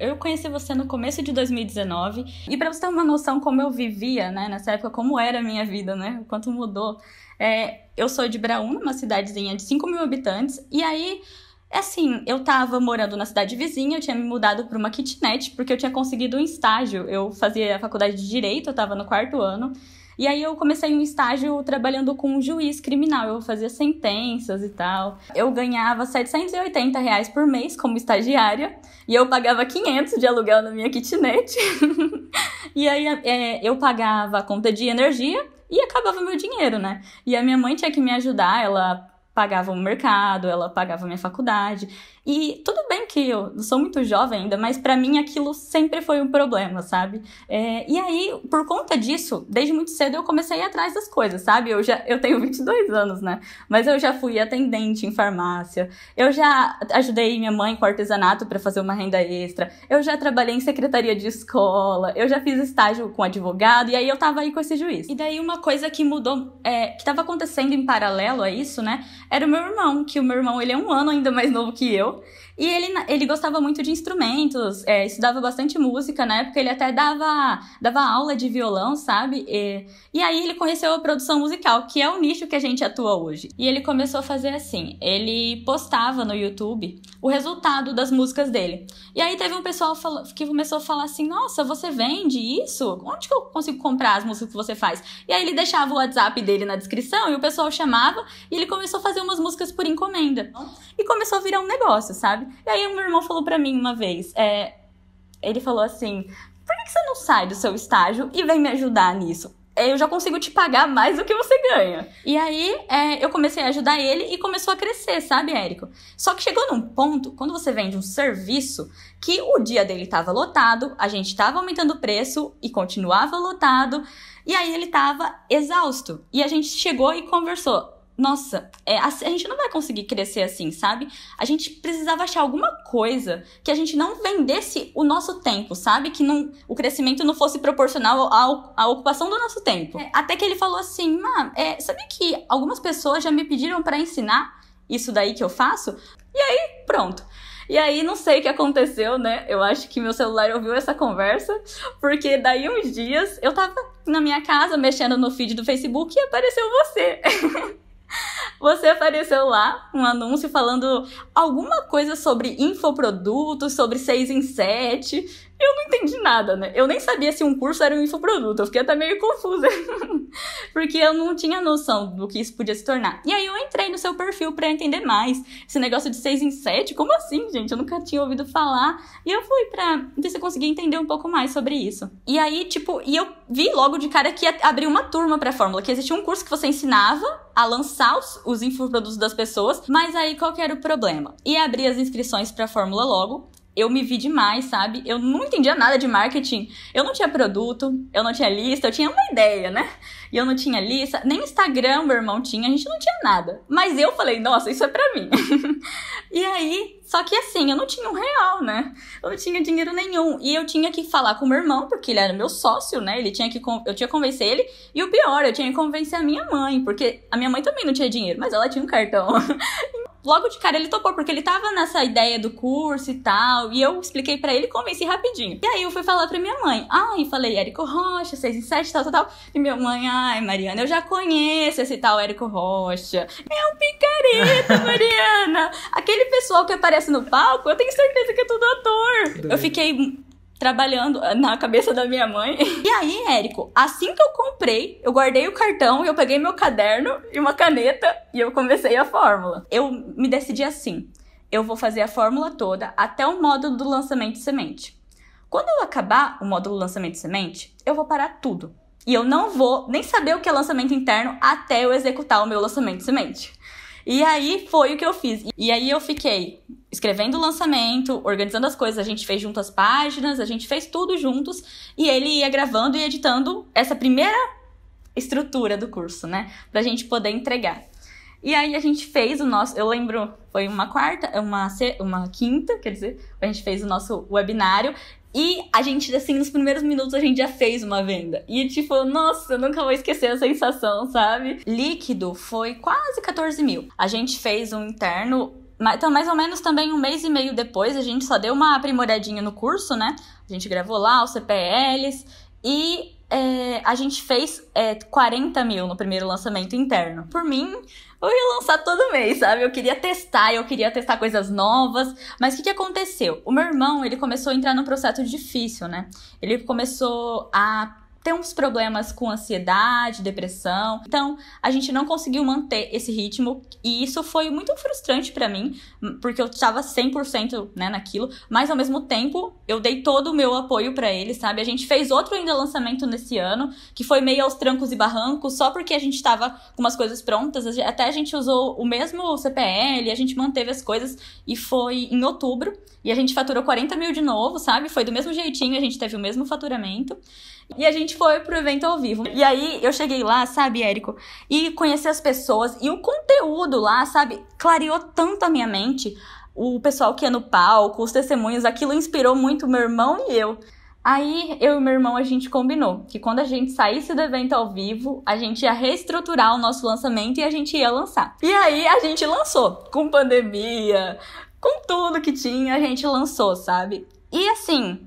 Eu conheci você no começo de 2019, e pra você ter uma noção como eu vivia, né, nessa época, como era a minha vida, né, o quanto mudou. Eu sou de Braúna, uma cidadezinha de 5 mil habitantes, e aí, assim, eu tava morando na cidade vizinha, eu tinha me mudado pra uma kitnet, porque eu tinha conseguido um estágio. Eu fazia a faculdade de Direito, eu tava no 4º ano, e aí eu comecei um estágio trabalhando com um juiz criminal, eu fazia sentenças e tal. Eu ganhava R$780 por mês como estagiária, e eu pagava 500 de aluguel na minha kitnet. E aí eu pagava a conta de energia e acabava meu dinheiro, né? E a minha mãe tinha que me ajudar, ela pagava o mercado, ela pagava a minha faculdade. E tudo bem que eu não sou muito jovem ainda, mas pra mim aquilo sempre foi um problema, sabe? E aí, por conta disso, desde muito cedo eu comecei a ir atrás das coisas, sabe? Eu tenho 22 anos, né? Mas eu já fui atendente em farmácia, eu já ajudei minha mãe com artesanato pra fazer uma renda extra, eu já trabalhei em secretaria de escola, eu já fiz estágio com advogado, e aí eu tava aí com esse juiz. E daí uma coisa que mudou, que tava acontecendo em paralelo a isso, né? Era o meu irmão, que o meu irmão, ele é 1 ano ainda mais novo que eu, e ele gostava muito de instrumentos, estudava bastante música, na época ele até dava aula de violão, sabe? E aí ele conheceu a produção musical, que é o nicho que a gente atua hoje. E ele começou a fazer assim, ele postava no YouTube o resultado das músicas dele. E aí teve um pessoal que começou a falar assim, nossa, você vende isso? Onde que eu consigo comprar as músicas que você faz? E aí ele deixava o WhatsApp dele na descrição e o pessoal chamava e ele começou a fazer umas músicas por encomenda. E começou a virar um negócio, sabe? E aí o meu irmão falou pra mim uma vez, ele falou assim, por que você não sai do seu estágio e vem me ajudar nisso? Eu já consigo te pagar mais do que você ganha. E aí, eu comecei a ajudar ele e começou a crescer, sabe, Érico? Só que chegou num ponto, quando você vende um serviço, que o dia dele tava lotado, a gente tava aumentando o preço e continuava lotado, e aí ele tava exausto. E a gente chegou e conversou. Nossa, a gente não vai conseguir crescer assim, sabe? A gente precisava achar alguma coisa que a gente não vendesse o nosso tempo, sabe? Que o crescimento não fosse proporcional à ocupação do nosso tempo. Até que ele falou assim, sabe que algumas pessoas já me pediram pra ensinar isso daí que eu faço? E aí, pronto. E aí, não sei o que aconteceu, né? Eu acho que meu celular ouviu essa conversa, porque daí uns dias eu tava na minha casa mexendo no feed do Facebook e apareceu você. Você apareceu lá, um anúncio falando alguma coisa sobre infoprodutos, sobre 6 em 7. Eu não entendi nada, né? Eu nem sabia se um curso era um infoproduto. Eu fiquei até meio confusa. Porque eu não tinha noção do que isso podia se tornar. E aí eu entrei no seu perfil pra entender mais. Esse negócio de 6 em 7, como assim, gente? Eu nunca tinha ouvido falar. E eu fui pra ver se eu conseguia entender um pouco mais sobre isso. E aí, e eu vi logo de cara que ia abrir uma turma pra Fórmula. Que existia um curso que você ensinava a lançar os infoprodutos das pessoas. Mas aí, qual que era o problema? Ia abrir as inscrições pra Fórmula logo. Eu me vi demais, sabe? Eu não entendia nada de marketing. Eu não tinha produto, eu não tinha lista, eu tinha uma ideia, né? E eu não tinha lista, nem Instagram meu irmão tinha, a gente não tinha nada. Mas eu falei, nossa, isso é pra mim. E aí, só que assim, eu não tinha R$1, né? Eu não tinha dinheiro nenhum. E eu tinha que falar com o meu irmão, porque ele era meu sócio, né? Eu tinha que convencer ele. E o pior, eu tinha que convencer a minha mãe, porque a minha mãe também não tinha dinheiro, mas ela tinha um cartão. Logo de cara ele topou, porque ele tava nessa ideia do curso e tal, e eu expliquei pra ele e convenci rapidinho. E aí eu fui falar pra minha mãe, falei Érico Rocha, 6 em 7, tal. E minha mãe, Mariana, eu já conheço esse tal Érico Rocha. É um picareta, Mariana. Aquele pessoal que aparece no palco, eu tenho certeza que é tudo ator. Eu fiquei trabalhando na cabeça da minha mãe. E aí, Érico, assim que eu comprei, eu guardei o cartão, eu peguei meu caderno e uma caneta e eu comecei a fórmula. Eu me decidi assim, eu vou fazer a fórmula toda até o módulo do lançamento de semente. Quando eu acabar o módulo lançamento de semente, eu vou parar tudo. E eu não vou nem saber o que é lançamento interno até eu executar o meu lançamento de semente. E aí foi o que eu fiz. E aí eu fiquei escrevendo o lançamento, organizando as coisas, a gente fez junto as páginas, a gente fez tudo juntos, e ele ia gravando e editando essa primeira estrutura do curso, né? Pra gente poder entregar. E aí a gente fez o nosso, eu lembro, foi uma quinta, quer dizer, a gente fez o nosso webinário, e a gente, assim, nos primeiros minutos a gente já fez uma venda. E tipo, nossa, eu nunca vou esquecer a sensação, sabe? Líquido foi quase 14 mil. A gente fez um interno Então, mais ou menos também um mês e meio depois, a gente só deu uma aprimoradinha no curso, né? A gente gravou lá os CPLs e a gente fez 40 mil no primeiro lançamento interno. Por mim, eu ia lançar todo mês, sabe? Eu queria testar coisas novas. Mas o que aconteceu? O meu irmão, ele começou a entrar num processo difícil, né? Ele começou a ter uns problemas com ansiedade, depressão. Então, a gente não conseguiu manter esse ritmo. E isso foi muito frustrante pra mim, porque eu tava 100%, né, naquilo. Mas, ao mesmo tempo, eu dei todo o meu apoio pra ele, sabe? A gente fez outro ainda lançamento nesse ano, que foi meio aos trancos e barrancos, só porque a gente tava com umas coisas prontas. Até a gente usou o mesmo CPL, a gente manteve as coisas. E foi em outubro. E a gente faturou 40 mil de novo, sabe? Foi do mesmo jeitinho, a gente teve o mesmo faturamento. E a gente foi pro evento ao vivo. E aí, eu cheguei lá, sabe, Érico? E conheci as pessoas. E o conteúdo lá, sabe? Clareou tanto a minha mente. O pessoal que ia no palco, os testemunhos, aquilo inspirou muito meu irmão e eu. Aí, eu e meu irmão, a gente combinou que quando a gente saísse do evento ao vivo, a gente ia reestruturar o nosso lançamento e a gente ia lançar. E aí, a gente lançou. Com pandemia, com tudo que tinha, a gente lançou, sabe? E assim...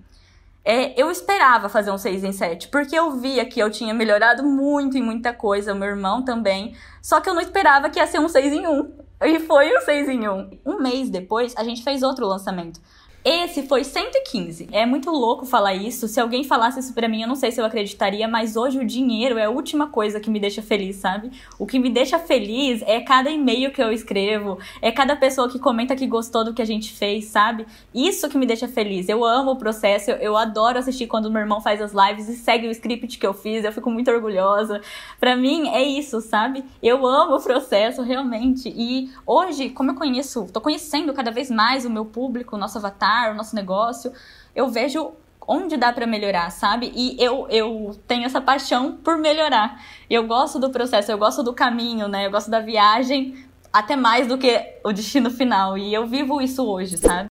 eu esperava fazer um 6 em 7, porque eu via que eu tinha melhorado muito em muita coisa, o meu irmão também, só que eu não esperava que ia ser um 6 em 1, e foi um 6 em 1. Um mês depois, a gente fez outro lançamento. Esse foi 115. É muito louco falar isso. Se alguém falasse isso pra mim, eu não sei se eu acreditaria, mas hoje o dinheiro é a última coisa que me deixa feliz, sabe? O que me deixa feliz é cada e-mail que eu escrevo, é cada pessoa que comenta que gostou do que a gente fez, sabe? Isso que me deixa feliz. Eu amo o processo, eu adoro assistir quando meu irmão faz as lives e segue o script que eu fiz, eu fico muito orgulhosa. Pra mim, é isso, sabe? Eu amo o processo, realmente. E hoje, como eu tô conhecendo cada vez mais o meu público, o nosso avatar, o nosso negócio, eu vejo onde dá pra melhorar, sabe? E eu tenho essa paixão por melhorar. Eu gosto do processo, eu gosto do caminho, né? Eu gosto da viagem até mais do que o destino final. E eu vivo isso hoje, sabe?